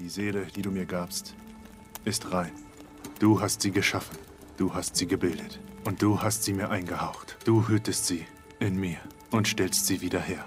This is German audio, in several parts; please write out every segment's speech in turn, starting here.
Die Seele, die du mir gabst, ist rein. Du hast sie geschaffen, du hast sie gebildet und du hast sie mir eingehaucht. Du hütest sie in mir und stellst sie wieder her.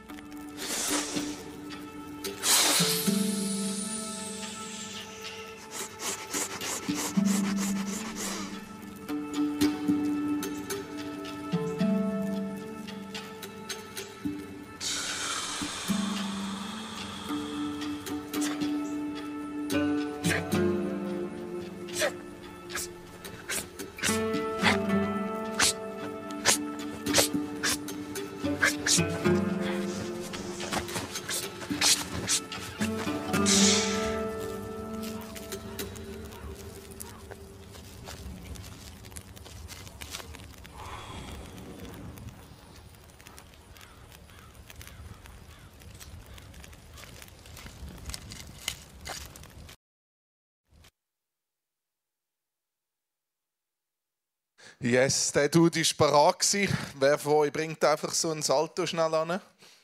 Yes, der Dude war parat. Wer von euch bringt einfach so einen Salto schnell an?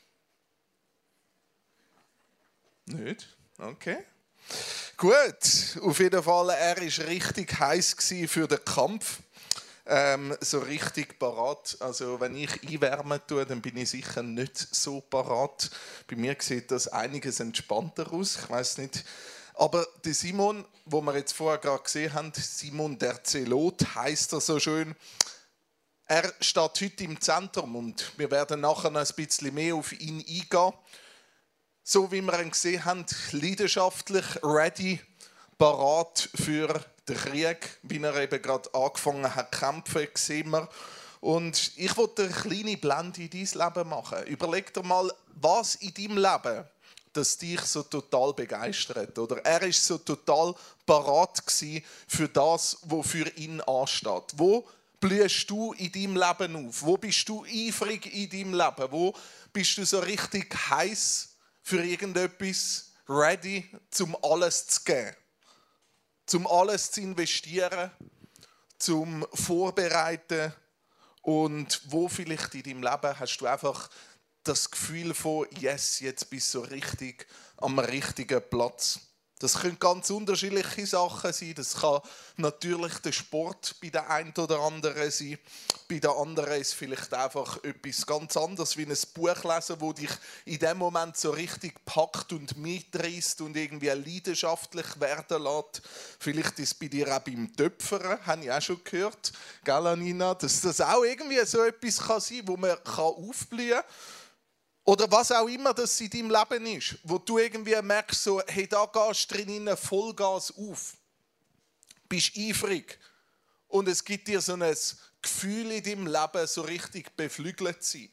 Nicht? Okay. Gut, auf jeden Fall, er war richtig heiß für den Kampf. So richtig parat. Also wenn ich einwärmen tue, dann bin ich sicher nicht so parat. Bei mir sieht das einiges entspannter aus. Ich weiß nicht. Aber der Simon, wo wir jetzt vorher gerade gesehen haben, Simon der Zelot, heisst er so schön. Er steht heute im Zentrum und wir werden nachher noch ein bisschen mehr auf ihn eingehen. So wie wir ihn gesehen haben, leidenschaftlich, ready, parat für den Krieg, wie er eben gerade angefangen hat zu kämpfen, sehen wir. Und ich wollte eine kleine Blende in dein Leben machen. Überleg dir mal, was in deinem Leben das dich so total begeistert. Oder er ist so total parat für das, was für ihn ansteht. Wo blühst du in deinem Leben auf? Wo bist du eifrig in deinem Leben? Wo bist du so richtig heiß für irgendetwas, ready, um alles zu geben? Um alles zu investieren, zum Vorbereiten. Und wo vielleicht in deinem Leben hast du einfach das Gefühl von, yes, jetzt bist du so richtig am richtigen Platz. Das können ganz unterschiedliche Sachen sein. Das kann natürlich der Sport bei der einen oder anderen sein. Bei der anderen ist vielleicht einfach etwas ganz anderes, wie ein Buch lesen, das dich in dem Moment so richtig packt und mitreißt und irgendwie leidenschaftlich werden lässt. Vielleicht ist es bei dir auch beim Töpfern, habe ich auch schon gehört, gell, Anina, dass das auch irgendwie so etwas kann sein, wo man aufblühen kann. Oder was auch immer das in deinem Leben ist, wo du irgendwie merkst, so, hey, da gehst du drin Vollgas auf. Bist eifrig. Und es gibt dir so ein Gefühl in deinem Leben, so richtig beflügelt zu sein.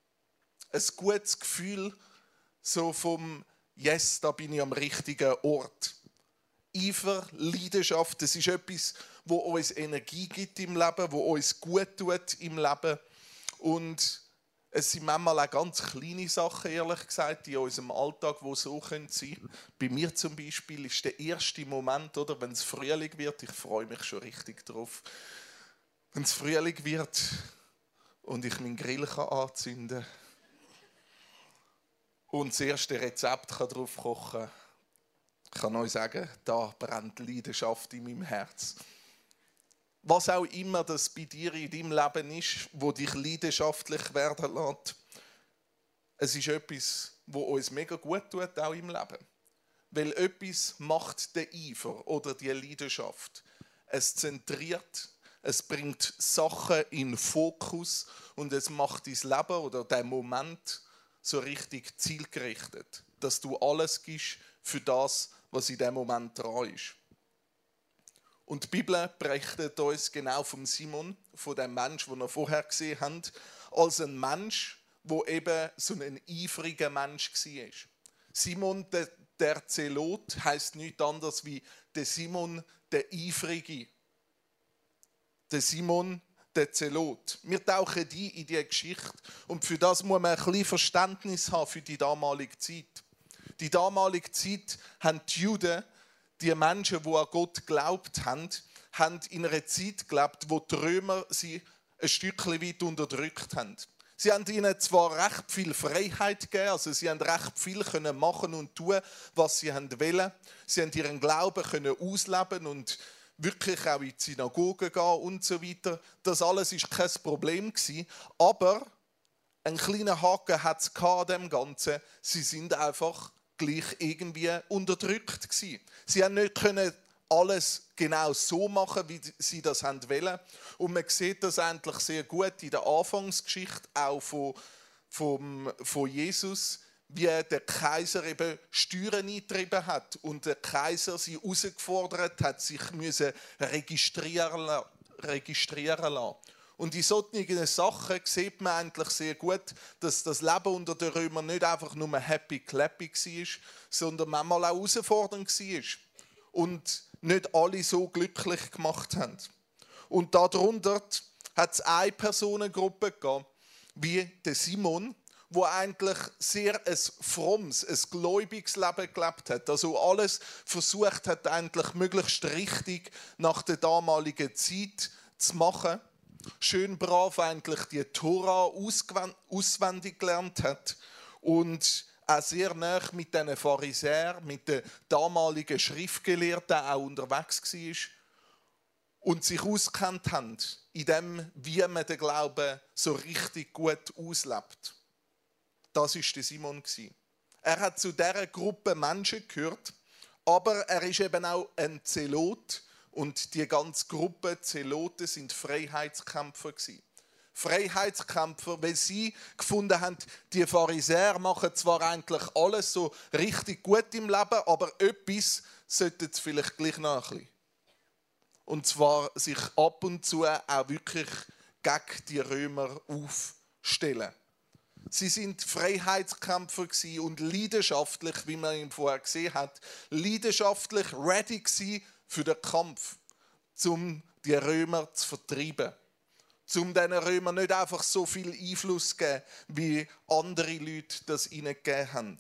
Ein gutes Gefühl, so vom Yes, da bin ich am richtigen Ort. Eifer, Leidenschaft, das ist etwas, wo uns Energie gibt im Leben, wo uns gut tut im Leben. Und es sind manchmal auch ganz kleine Sachen, ehrlich gesagt, in unserem Alltag, die so sein können. Bei mir zum Beispiel ist der erste Moment, oder, wenn es Frühling wird, ich freue mich schon richtig drauf, wenn es Frühling wird und ich meinen Grill anzünden kann und das erste Rezept drauf kochen kann. Ich kann euch sagen, da brennt Leidenschaft in meinem Herz. Was auch immer das bei dir in deinem Leben ist, wo dich leidenschaftlich werden lässt, es ist etwas, was uns mega gut tut, auch im Leben. Weil etwas macht den Eifer oder die Leidenschaft. Es zentriert, es bringt Sachen in den Fokus und es macht dein Leben oder den Moment so richtig zielgerichtet, dass du alles gibst für das, was in dem Moment dran ist. Und die Bibel berichtet uns genau vom Simon, von dem Mensch, den wir vorher gesehen haben, als ein Mensch, der eben so ein eifriger Mensch war. Simon der Zelot heisst nichts anderes wie der Simon der Eifrige. Der Simon der Zelot. Wir tauchen ein in diese Geschichte und für das muss man ein bisschen Verständnis haben für die damalige Zeit. Die damalige Zeit haben die Juden, die Menschen, die an Gott geglaubt haben in einer Zeit gelebt, wo die Römer sie ein Stückchen weit unterdrückt haben. Sie haben ihnen zwar recht viel Freiheit gegeben, also sie haben recht viel können machen und tun, was sie wollen. Sie haben ihren Glauben können ausleben und wirklich auch in die Synagoge gehen und so weiter. Das alles war kein Problem gewesen. Aber ein kleiner Haken hat es an dem Ganzen. Sie sind einfach gleich irgendwie unterdrückt gewesen. Sie haben nicht können alles genau so machen, wie sie das wollen. Und man sieht das eigentlich sehr gut in der Anfangsgeschichte auch von Jesus, wie der Kaiser eben Steuern eingetrieben hat und der Kaiser sie herausgefordert hat, sich registrieren lassen. Und in solchen Sachen sieht man eigentlich sehr gut, dass das Leben unter den Römern nicht einfach nur happy-clappy war, sondern manchmal auch herausfordernd war. Und nicht alle so glücklich gemacht haben. Und darunter hat es eine Personengruppe gegeben, wie der Simon, wo eigentlich sehr ein frommes, ein gläubiges Leben gelebt hat. Also alles versucht hat, eigentlich möglichst richtig nach der damaligen Zeit zu machen. Schön brav eigentlich die Tora auswendig gelernt hat und auch sehr nah mit den Pharisäern, mit den damaligen Schriftgelehrten auch unterwegs war und sich auskennt haben in dem, wie man den Glauben so richtig gut auslebt. Das war der Simon. Er hat zu dieser Gruppe Menschen gehört, aber er ist eben auch ein Zelot und die ganze Gruppe Zeloten sind Freiheitskämpfer gewesen. Freiheitskämpfer, weil sie gefunden haben, die Pharisäer machen zwar eigentlich alles so richtig gut im Leben, aber etwas sollten sie vielleicht gleich noch ein bisschen. Und zwar sich ab und zu auch wirklich gegen die Römer aufstellen. Sie sind Freiheitskämpfer gewesen und leidenschaftlich, wie man ihn vorher gesehen hat, leidenschaftlich ready gewesen für den Kampf, um die Römer zu vertreiben. Um diesen Römern nicht einfach so viel Einfluss zu geben, wie andere Leute das ihnen gegeben haben.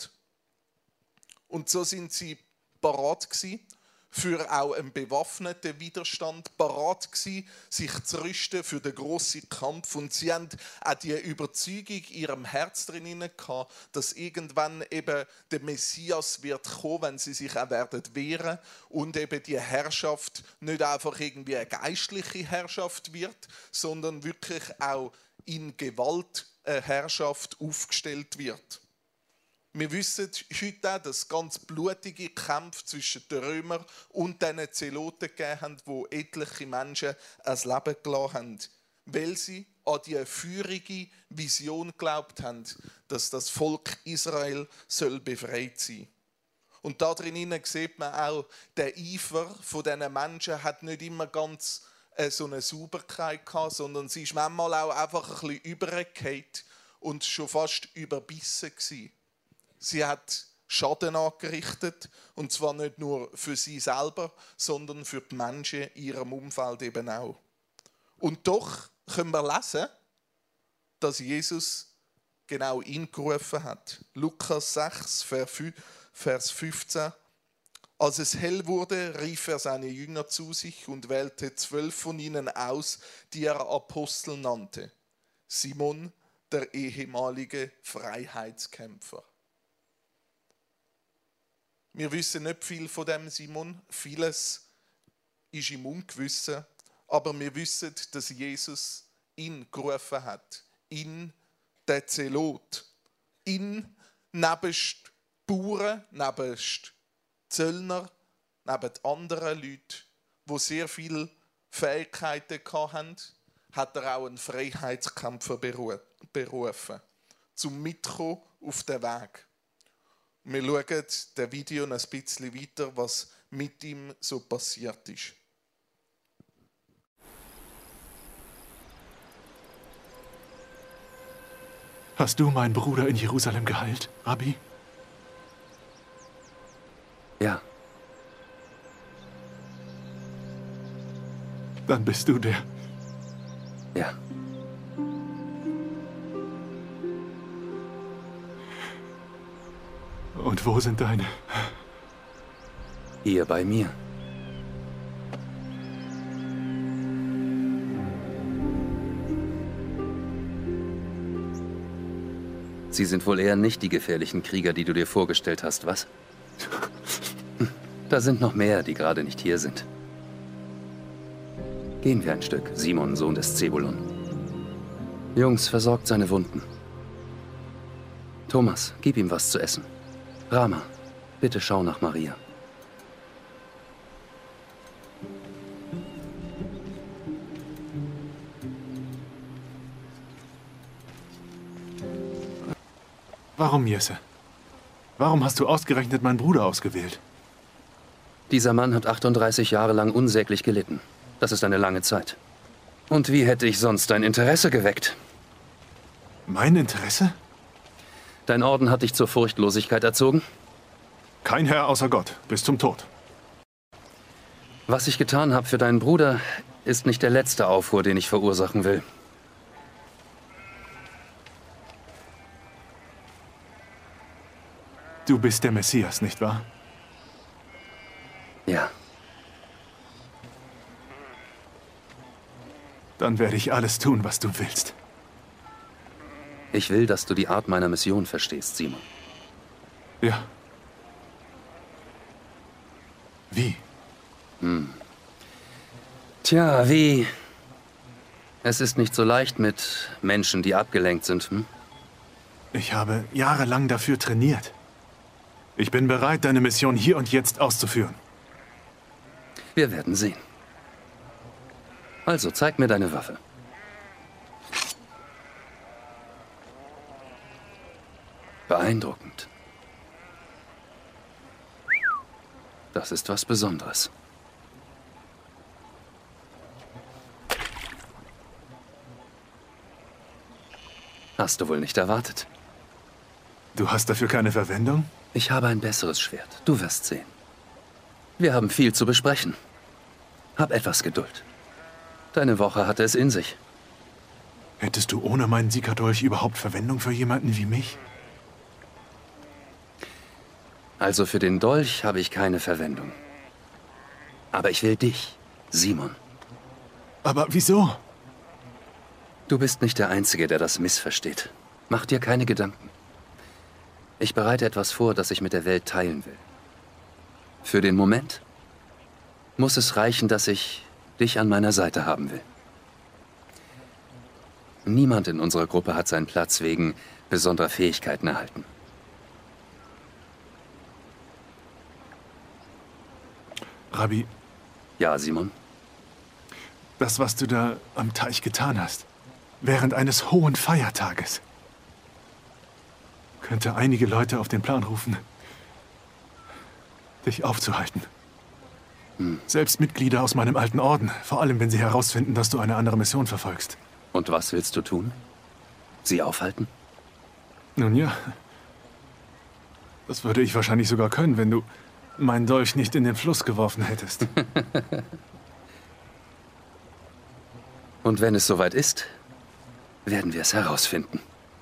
Und so sind sie parat gewesen für auch einen bewaffneten Widerstand, parat gewesen, sich zu rüsten für den grossen Kampf. Und sie haben auch die Überzeugung in ihrem Herz drin gehabt, dass irgendwann eben der Messias wird kommen, wenn sie sich auch werden wehren und eben die Herrschaft nicht einfach irgendwie eine geistliche Herrschaft wird, sondern wirklich auch in Gewalt eine Herrschaft aufgestellt wird. Wir wissen heute auch, dass es ganz blutige Kämpfe zwischen den Römern und den Zeloten gegeben haben, wo etliche Menschen das Leben gelassen haben, weil sie an die feurige Vision geglaubt haben, dass das Volk Israel soll befreit sein. Und da drin sieht man auch, der Eifer von diesen Menschen hat nicht immer ganz so eine Sauberkeit gehabt, sondern sie ist manchmal auch einfach ein bisschen übergefallen und schon fast überbissen gewesen. Sie hat Schaden angerichtet, und zwar nicht nur für sie selber, sondern für die Menschen in ihrem Umfeld eben auch. Und doch können wir lesen, dass Jesus genau ihn gerufen hat. Lukas 6, Vers 15. Als es hell wurde, rief er seine Jünger zu sich und wählte 12 von ihnen aus, die er Apostel nannte. Simon, der ehemalige Freiheitskämpfer. Wir wissen nicht viel von dem Simon, vieles ist im Ungewissen, aber wir wissen, dass Jesus ihn gerufen hat, ihn, den Zelot, ihn nebst Bauern, nebst Zöllner, neben anderen Leuten, die sehr viele Fähigkeiten hatten, hat er auch einen Freiheitskämpfer berufen, zum Mitkommen auf den Weg. Wir schauen das Video ein bisschen weiter, was mit ihm so passiert ist. Hast du meinen Bruder in Jerusalem geheilt, Rabbi? Ja. Dann bist du der. Ja. Und wo sind deine? Hier bei mir. Sie sind wohl eher nicht die gefährlichen Krieger, die du dir vorgestellt hast, was? Da sind noch mehr, die gerade nicht hier sind. Gehen wir ein Stück, Simon, Sohn des Zebulon. Jungs, versorgt seine Wunden. Thomas, gib ihm was zu essen. Rama, bitte schau nach Maria. Warum, Jesse? Warum hast du ausgerechnet meinen Bruder ausgewählt? Dieser Mann hat 38 Jahre lang unsäglich gelitten. Das ist eine lange Zeit. Und wie hätte ich sonst dein Interesse geweckt? Mein Interesse? Dein Orden hat dich zur Furchtlosigkeit erzogen? Kein Herr außer Gott, bis zum Tod. Was ich getan habe für deinen Bruder, ist nicht der letzte Aufruhr, den ich verursachen will. Du bist der Messias, nicht wahr? Ja. Dann werde ich alles tun, was du willst. Ich will, dass du die Art meiner Mission verstehst, Simon. Ja. Wie? Tja, wie? Es ist nicht so leicht mit Menschen, die abgelenkt sind, hm? Ich habe jahrelang dafür trainiert. Ich bin bereit, deine Mission hier und jetzt auszuführen. Wir werden sehen. Also, zeig mir deine Waffe. Beeindruckend. Das ist was Besonderes. Hast du wohl nicht erwartet? Du hast dafür keine Verwendung? Ich habe ein besseres Schwert. Du wirst sehen. Wir haben viel zu besprechen. Hab etwas Geduld. Deine Woche hatte es in sich. Hättest du ohne meinen Sikadolch überhaupt Verwendung für jemanden wie mich? Also für den Dolch habe ich keine Verwendung. Aber ich will dich, Simon. Aber wieso? Du bist nicht der Einzige, der das missversteht. Mach dir keine Gedanken. Ich bereite etwas vor, das ich mit der Welt teilen will. Für den Moment muss es reichen, dass ich dich an meiner Seite haben will. Niemand in unserer Gruppe hat seinen Platz wegen besonderer Fähigkeiten erhalten. Rabbi, Ja, Simon? das, was du da am Teich getan hast, während eines hohen Feiertages, könnte einige Leute auf den Plan rufen, dich aufzuhalten. Selbst Mitglieder aus meinem alten Orden, vor allem wenn sie herausfinden, dass du eine andere Mission verfolgst. Und was willst du tun? Sie aufhalten? Nun ja, das würde ich wahrscheinlich sogar können, wenn du meinen Dolch nicht in den Fluss geworfen hättest. Und wenn es soweit ist, werden wir es herausfinden.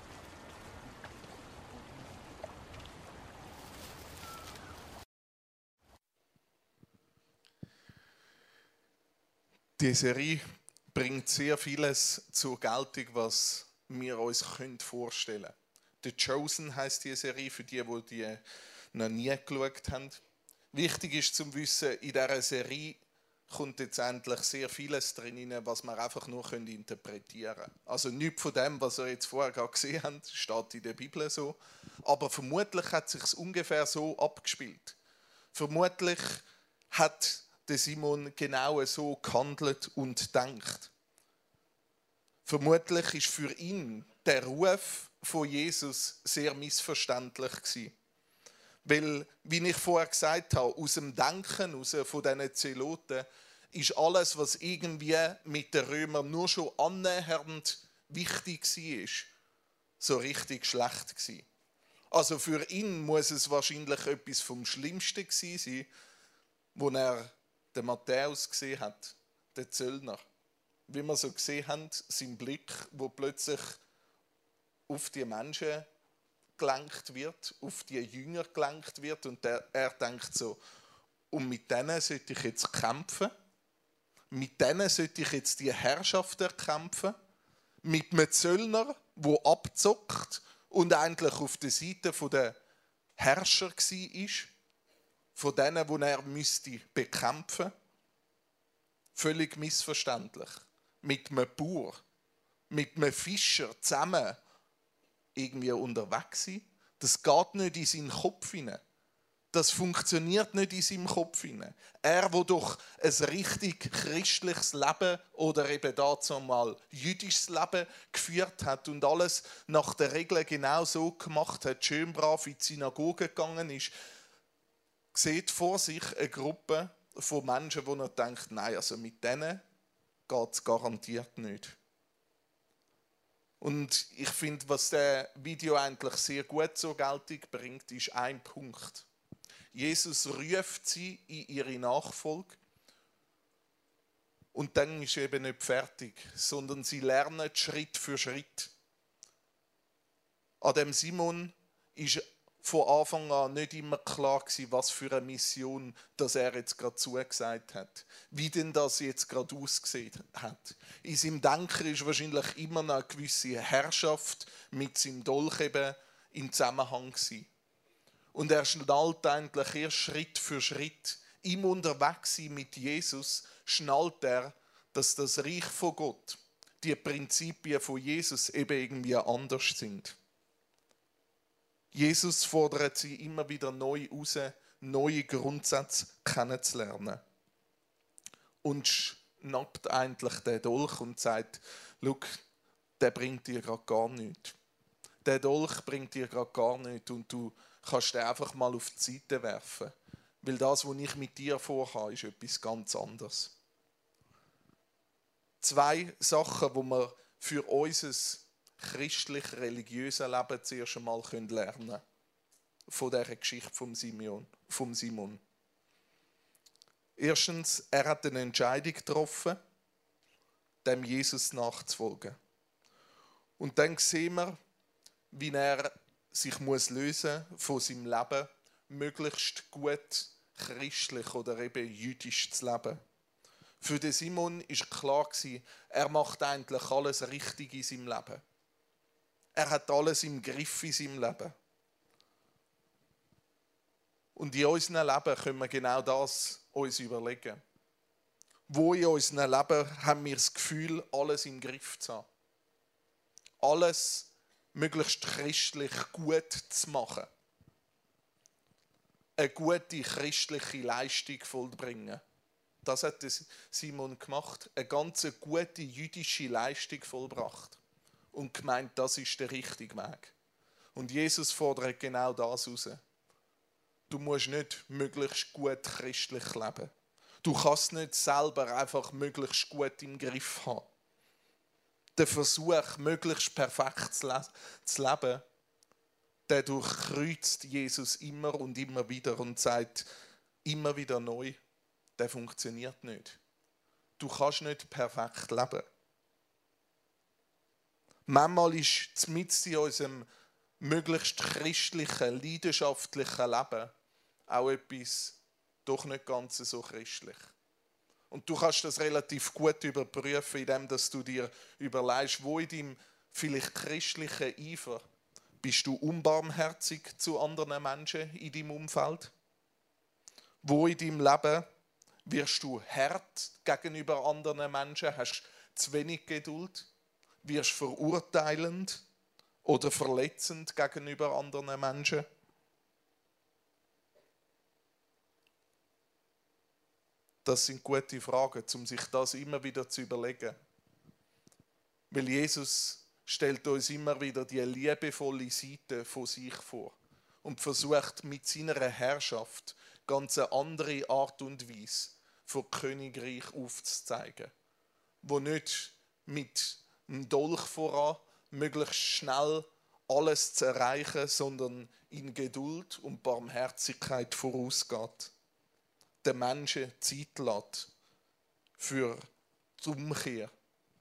Die Serie bringt sehr vieles zur Geltung, was wir uns vorstellen können. The Chosen heisst die Serie, für die noch nie geschaut haben. Wichtig ist zu wissen, in dieser Serie kommt jetzt endlich sehr vieles drin, was wir einfach nur interpretieren können. Also nichts von dem, was ihr jetzt vorher gerade gesehen habt, steht in der Bibel so. Aber vermutlich hat es sich ungefähr so abgespielt. Vermutlich hat der Simon genau so gehandelt und gedacht. Vermutlich ist für ihn der Ruf von Jesus sehr missverständlich gewesen. Weil, wie ich vorher gesagt habe, aus dem Denken von diesen Zeloten ist alles, was irgendwie mit den Römern nur schon annähernd wichtig war, so richtig schlecht gewesen. Also für ihn muss es wahrscheinlich etwas vom Schlimmsten gewesen sein, wo er den Matthäus gesehen hat, den Zöllner. Wie wir so gesehen haben, sein Blick, wo plötzlich auf die Menschen gelenkt wird, auf die Jünger gelenkt wird und er denkt so, und mit denen sollte ich jetzt kämpfen, mit denen sollte ich jetzt die Herrschaft erkämpfen, mit einem Zöllner, der abzockt, und eigentlich auf der Seite der Herrscher war, von denen, die er bekämpfen müsste. Völlig missverständlich. Mit einem Bauer, mit einem Fischer zusammen irgendwie unterwegs sein. Das geht nicht in seinen Kopf hinein. Das funktioniert nicht in seinem Kopf hinein. Er, der doch ein richtig christliches Leben oder eben dazu mal jüdisches Leben geführt hat und alles nach der Regel genau so gemacht hat, schön brav in die Synagoge gegangen ist, sieht vor sich eine Gruppe von Menschen, wo er denkt, nein, also mit denen geht es garantiert nicht. Und ich finde, was das Video eigentlich sehr gut zur Geltung bringt, ist ein Punkt. Jesus ruft sie in ihre Nachfolge und dann ist eben nicht fertig, sondern sie lernen Schritt für Schritt. An dem Simon ist von Anfang an nicht immer klar gewesen, was für eine Mission das er jetzt gerade zugesagt hat. Wie denn das jetzt gerade ausgesehen hat. In seinem Denken ist wahrscheinlich immer noch eine gewisse Herrschaft mit seinem Dolch eben im Zusammenhang gewesen. Und er schnallt eigentlich erst Schritt für Schritt. Im Unterwegssein mit Jesus schnallt er, dass das Reich von Gott, die Prinzipien von Jesus eben irgendwie anders sind. Jesus fordert sie immer wieder neu raus, neue Grundsätze kennenzulernen. Und schnappt eigentlich den Dolch und sagt, schau, der bringt dir gerade gar nichts. Der Dolch bringt dir gerade gar nichts und du kannst den einfach mal auf die Seite werfen. Weil das, was ich mit dir vorhabe, ist etwas ganz anderes. 2 Sachen, die wir für unser christlich-religiöses Leben zuerst einmal lernen können. Von dieser Geschichte vom Simon. Erstens, er hat eine Entscheidung getroffen, dem Jesus nachzufolgen. Und dann sehen wir, wie er sich lösen muss von seinem Leben, möglichst gut christlich oder eben jüdisch zu leben. Für den Simon war klar, er macht eigentlich alles richtig in seinem Leben. Er hat alles im Griff in seinem Leben. Und in unserem Leben können wir genau das uns überlegen. Wo in unserem Leben haben wir das Gefühl, alles im Griff zu haben? Alles möglichst christlich gut zu machen. Eine gute christliche Leistung vollbringen. Das hat Simon gemacht. Eine ganz gute jüdische Leistung vollbracht. Und gemeint, das ist der richtige Weg. Und Jesus fordert genau das heraus. Du musst nicht möglichst gut christlich leben. Du kannst nicht selber einfach möglichst gut im Griff haben. Der Versuch, möglichst perfekt zu leben, der durchkreuzt Jesus immer und immer wieder und sagt immer wieder neu, der funktioniert nicht. Du kannst nicht perfekt leben. Manchmal ist mitten in unserem möglichst christlichen, leidenschaftlichen Leben auch etwas doch nicht ganz so christlich. Und du kannst das relativ gut überprüfen, indem du dir überlegst, wo in deinem vielleicht christlichen Eifer bist du unbarmherzig zu anderen Menschen in deinem Umfeld? Wo in deinem Leben wirst du hart gegenüber anderen Menschen, hast zu wenig Geduld, wirst verurteilend oder verletzend gegenüber anderen Menschen? Das sind gute Fragen, um sich das immer wieder zu überlegen. Weil Jesus stellt uns immer wieder die liebevolle Seite von sich vor und versucht mit seiner Herrschaft ganz eine andere Art und Weise von Königreich aufzuzeigen, wo nicht mit dem Dolch voran möglichst schnell alles zu erreichen, sondern in Geduld und Barmherzigkeit vorausgeht. Den Menschen Zeit lässt für die Umkehr.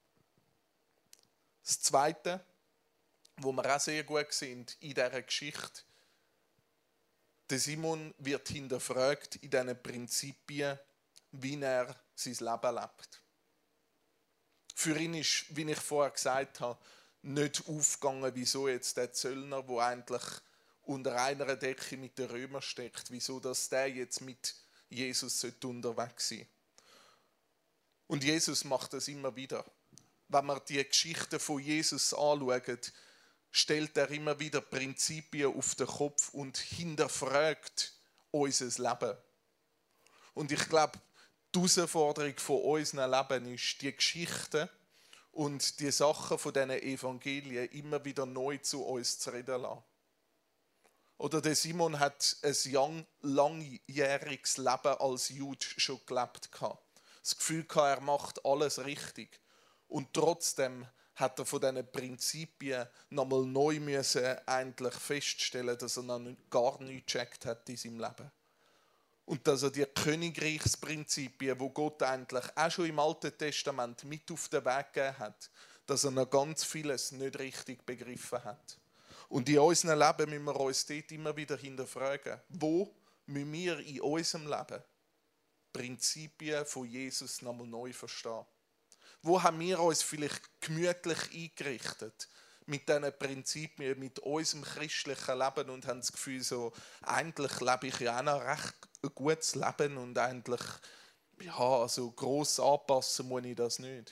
Das Zweite, wo wir auch sehr gut sind in dieser Geschichte, der Simon wird hinterfragt in diesen Prinzipien, wie er sein Leben lebt. Für ihn ist, wie ich vorher gesagt habe, nicht aufgegangen, wieso jetzt der Zöllner, der eigentlich unter einer Decke mit den Römern steckt, wieso dass der jetzt mit Jesus unterwegs sein sollte. Und Jesus macht das immer wieder. Wenn man die Geschichte von Jesus anschaut, stellt er immer wieder Prinzipien auf den Kopf und hinterfragt unser Leben. Und ich glaube, die Herausforderung von unserem Leben ist, die Geschichten und die Sachen von diesen Evangelien immer wieder neu zu uns zu reden lassen. Oder der Simon hat ein langjähriges Leben als Jude schon gelebt. Das Gefühl gehabt, er macht alles richtig. Und trotzdem hat er von diesen Prinzipien nochmal neu müssen eigentlich feststellen, dass er noch gar nichts gecheckt hat in seinem Leben. Und dass er die Königreichsprinzipien, wo Gott eigentlich auch schon im Alten Testament mit auf den Weg gegeben hat, dass er noch ganz vieles nicht richtig begriffen hat. Und in unserem Leben müssen wir uns dort immer wieder hinterfragen, wo müssen wir in unserem Leben Prinzipien von Jesus nochmal neu verstehen? Wo haben wir uns vielleicht gemütlich eingerichtet mit diesen Prinzipien, mit unserem christlichen Leben und haben das Gefühl, so, eigentlich lebe ich ja auch noch recht ein gutes Leben und eigentlich, ja, so gross anpassen muss ich das nicht.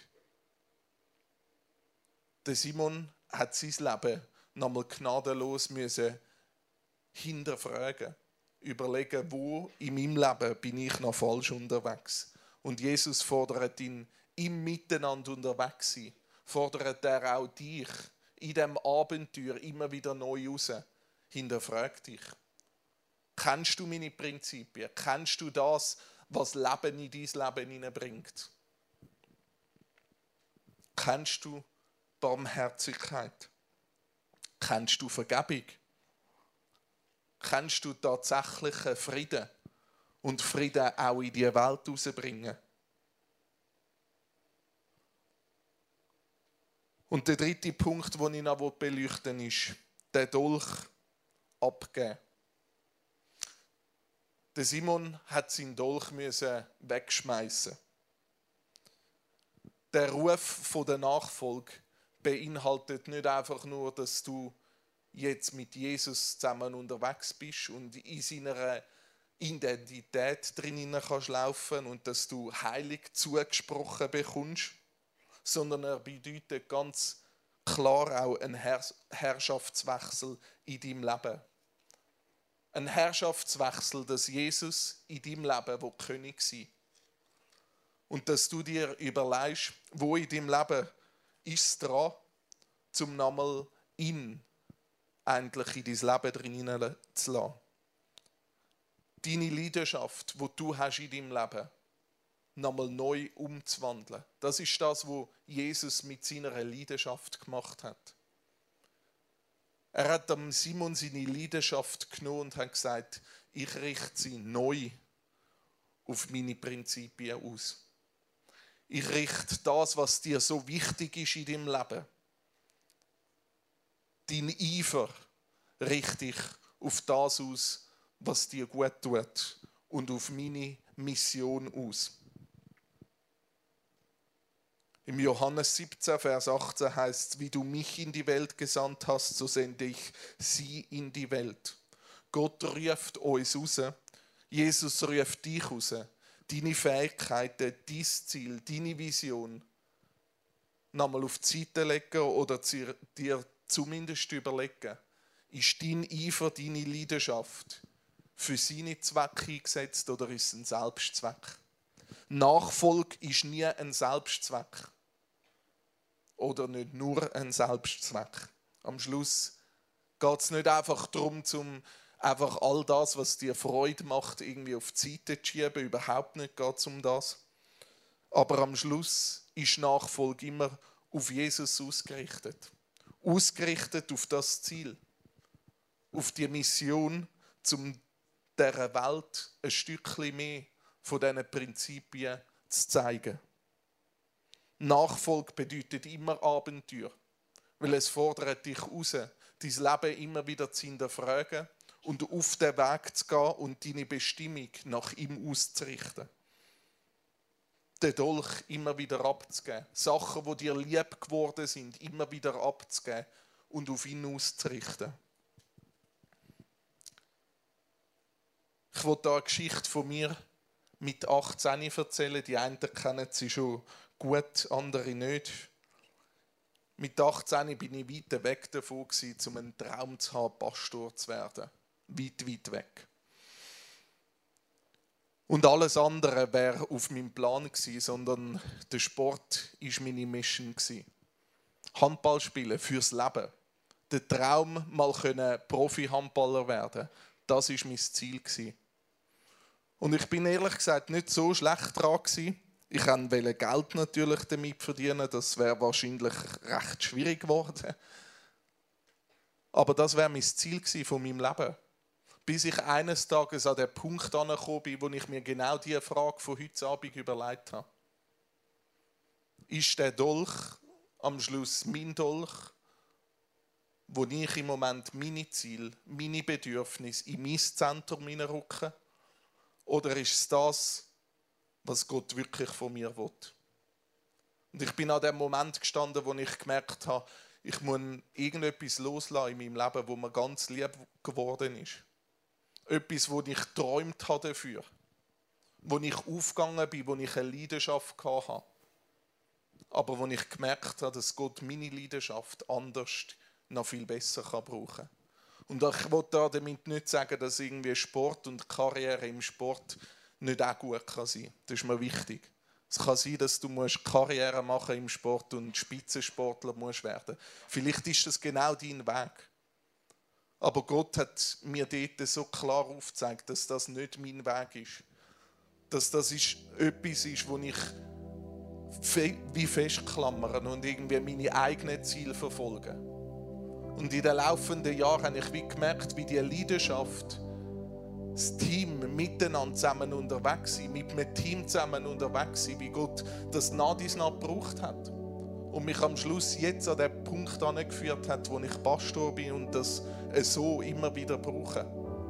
Der Simon hat sein Leben nochmal gnadenlos müssen hinterfragen, überlegen, wo in meinem Leben bin ich noch falsch unterwegs. Und Jesus fordert ihn, im Miteinander unterwegs sein, fordert er auch dich in diesem Abenteuer immer wieder neu raus. Hinterfrag dich. Kennst du meine Prinzipien? Kennst du das, was Leben in dein Leben hineinbringt? Kennst du Barmherzigkeit? Kennst du Vergebung? Kennst du tatsächlichen Frieden und Frieden auch in die Welt herausbringen? Und der dritte Punkt, den ich noch beleuchten will, ist, den Dolch abgeben. Der Simon hat seinen Dolch wegschmeißen. Der Ruf der Nachfolge beinhaltet nicht einfach nur, dass du jetzt mit Jesus zusammen unterwegs bist und in seiner Identität drinnen kannst laufen und dass du heilig zugesprochen bekommst, sondern er bedeutet ganz klar auch einen Herrschaftswechsel in deinem Leben. Ein Herrschaftswechsel, dass Jesus in deinem Leben König sein will. Und dass du dir überlegst, wo in deinem Leben ist es dran, zum nochmal ihn eigentlich in dein Leben drin zu lassen. Deine Leidenschaft, die du hast in deinem Leben, nochmal neu umzuwandeln. Das ist das, was Jesus mit seiner Leidenschaft gemacht hat. Er hat am Simon seine Leidenschaft genommen und hat gesagt, ich richte sie neu auf meine Prinzipien aus. Ich richte das, was dir so wichtig ist in deinem Leben. Dein Eifer richte ich auf das aus, was dir gut tut und auf meine Mission aus. Im Johannes 17, Vers 18 heißt es, wie du mich in die Welt gesandt hast, so sende ich sie in die Welt. Gott ruft uns raus, Jesus ruft dich raus, deine Fähigkeiten, dein Ziel, deine Vision nochmal auf die Seite legen oder dir zumindest überlegen, ist dein Eifer, deine Leidenschaft für seine Zwecke eingesetzt oder ist es ein Selbstzweck? Nachfolge ist nie ein Selbstzweck. Oder nicht nur ein Selbstzweck. Am Schluss geht es nicht einfach darum, einfach all das, was dir Freude macht, irgendwie auf die Seite zu schieben. Überhaupt nicht geht es um das. Aber am Schluss ist Nachfolge immer auf Jesus ausgerichtet. Ausgerichtet auf das Ziel. Auf die Mission, um dieser Welt ein Stückchen mehr von diesen Prinzipien zu zeigen. Nachfolge bedeutet immer Abenteuer, weil es fordert dich raus, dein Leben immer wieder zu hinterfragen und auf den Weg zu gehen und deine Bestimmung nach ihm auszurichten. den Dolch immer wieder abzugeben. Sachen, die dir lieb geworden sind, immer wieder abzugeben und auf ihn auszurichten. Ich will hier eine Geschichte von mir mit 18 erzählen. Die einen kennen sie schon gut, andere nicht. Mit 18 bin ich weit weg davon, um einen Traum zu haben, Pastor zu werden. Weit, weit weg. Und alles andere wäre auf meinem Plan gewesen, sondern der Sport war meine Mission gewesen. Handball spielen fürs Leben. Der Traum, mal Profi-Handballer werden, das war mein Ziel gewesen. Und ich bin ehrlich gesagt nicht so schlecht dran gewesen. Ich wollte Geld natürlich damit verdienen, das wäre wahrscheinlich recht schwierig geworden. Aber das wäre mein Ziel gewesen von meinem Leben. Bis ich eines Tages an den Punkt angekommen bin, wo ich mir genau diese Frage von heute Abend überlegt habe. Ist der Dolch am Schluss mein Dolch, wo ich im Moment meine Ziele, meine Bedürfnisse in mein Zentrum hineinrücke? Oder ist es das, was Gott wirklich von mir will? Und ich bin an dem Moment gestanden, wo ich gemerkt habe, ich muss irgendetwas loslassen in meinem Leben, wo mir ganz lieb geworden ist. Etwas, wo ich geträumt habe dafür. Wo ich aufgegangen bin, wo ich eine Leidenschaft hatte. Aber wo ich gemerkt habe, dass Gott meine Leidenschaft anders noch viel besser brauchen kann. Und ich will damit nicht sagen, dass irgendwie Sport und Karriere im Sport nicht auch gut sein kann. Das ist mir wichtig. Es kann sein, dass du Karriere machen im Sport und Spitzensportler musst werden. Vielleicht ist das genau dein Weg. Aber Gott hat mir dort so klar aufgezeigt, dass das nicht mein Weg ist. Dass das etwas ist, wo ich wie festklammern und irgendwie meine eigenen Ziele verfolge. Und in den laufenden Jahren habe ich wie gemerkt, wie die Leidenschaft, das Team miteinander zusammen unterwegs sein, mit einem Team zusammen unterwegs sein, wie Gott das nach gebraucht hat. Und mich am Schluss jetzt an den Punkt angeführt hat, wo ich Pastor bin und das so immer wieder brauche.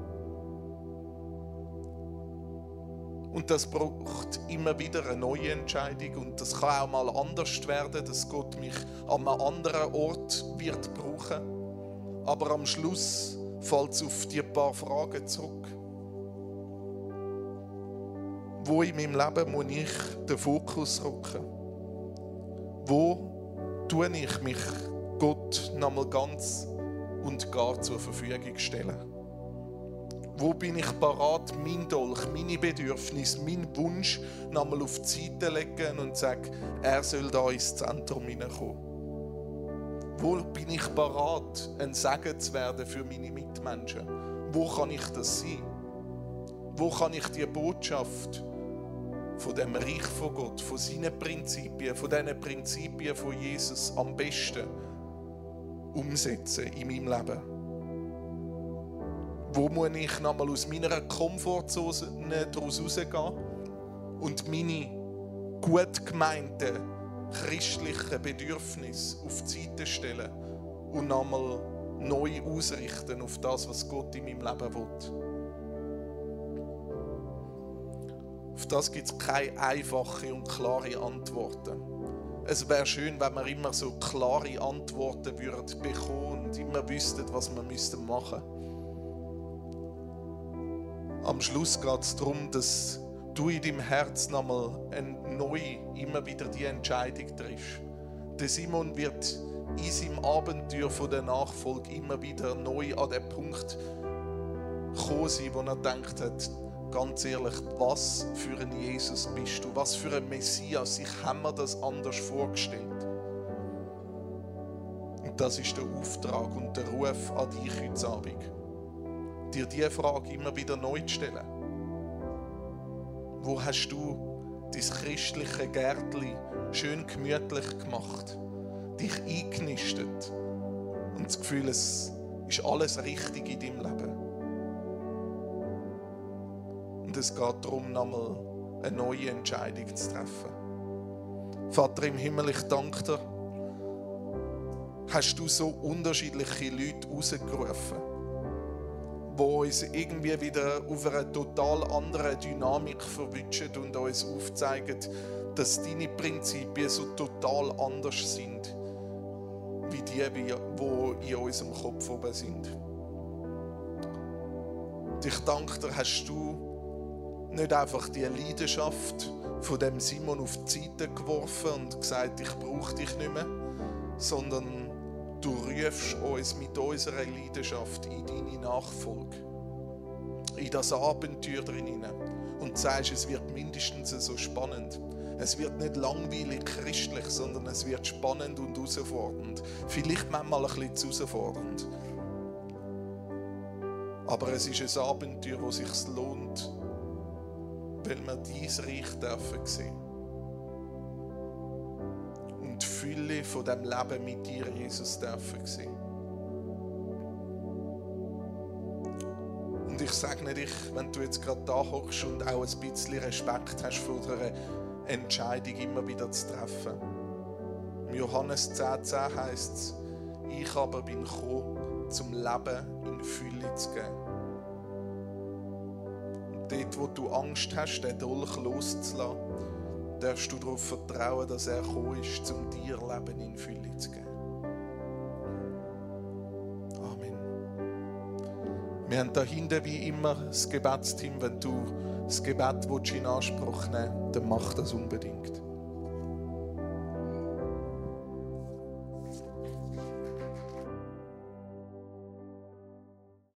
Und das braucht immer wieder eine neue Entscheidung und das kann auch mal anders werden, dass Gott mich an einem anderen Ort wird brauchen. Aber am Schluss fällt es auf die paar Fragen zurück. Wo in meinem Leben muss ich den Fokus rücken? Wo tue ich mich Gott nochmal ganz und gar zur Verfügung stellen? Wo bin ich bereit, mein Dolch, meine Bedürfnisse, meinen Wunsch nochmal auf die Seite legen und sagen, er soll da ins Zentrum hineinkommen? Wo bin ich bereit, ein Segen zu werden für meine Mitmenschen? Wo kann ich das sein? Wo kann ich die Botschaft von dem Reich von Gott, von seinen Prinzipien, von diesen Prinzipien von Jesus am besten umsetzen in meinem Leben? Wo muss ich nochmal aus meiner Komfortzone daraus rausgehen und meine gut gemeinten christlichen Bedürfnisse auf die Seite stellen und nochmal neu ausrichten auf das, was Gott in meinem Leben will? Auf das gibt es keine einfachen und klare Antworten. Es wäre schön, wenn wir immer so klare Antworten bekommen und immer wüssten, was wir machen müssten. Am Schluss geht es darum, dass du in deinem Herz nochmal neu immer wieder die Entscheidung triffst. Der Simon wird in seinem Abenteuer von der Nachfolge immer wieder neu an den Punkt gekommen sein, wo er gedacht hat, ganz ehrlich, was für ein Jesus bist du, was für ein Messias, ich habe mir das anders vorgestellt. Und das ist der Auftrag und der Ruf an dich heute Abend, dir diese Frage immer wieder neu zu stellen. Wo hast du dein christliche Gärtchen schön gemütlich gemacht, dich eingenistet und das Gefühl, es ist alles richtig in deinem Leben? Und es geht darum, nochmal eine neue Entscheidung zu treffen. Vater im Himmel, ich danke dir, hast du so unterschiedliche Leute rausgerufen, wo uns irgendwie wieder auf einer total anderen Dynamik verwünschen und uns aufzeigen, dass deine Prinzipien so total anders sind, wie die, die in unserem Kopf oben sind. Und ich danke dir, hast du nicht einfach die Leidenschaft von dem Simon auf die Seite geworfen und gesagt, ich brauche dich nicht mehr, sondern du rufst uns mit unserer Leidenschaft in deine Nachfolge, in das Abenteuer drin und sagst, es wird mindestens so spannend. Es wird nicht langweilig christlich, sondern es wird spannend und herausfordernd. Vielleicht manchmal ein bisschen zu herausfordernd. Aber es ist ein Abenteuer, das sich lohnt, weil wir dein Reich dürfen sehen. Und die Fülle von dem Leben mit dir, Jesus, dürfen sehen. Und ich segne dich, wenn du jetzt gerade da hockst und auch ein bisschen Respekt hast vor der Entscheidung, immer wieder zu treffen. Im Johannes 10,10 heisst es, ich aber bin gekommen, zum Leben in Fülle zu geben. Und dort, wo du Angst hast, den Dolch loszulassen, darfst du darauf vertrauen, dass er gekommen ist, um dir Leben in Fülle zu geben. Amen. Wir haben da hinten wie immer das Gebetsteam. Wenn du das Gebet in Anspruch nehmen willst, dann mach das unbedingt.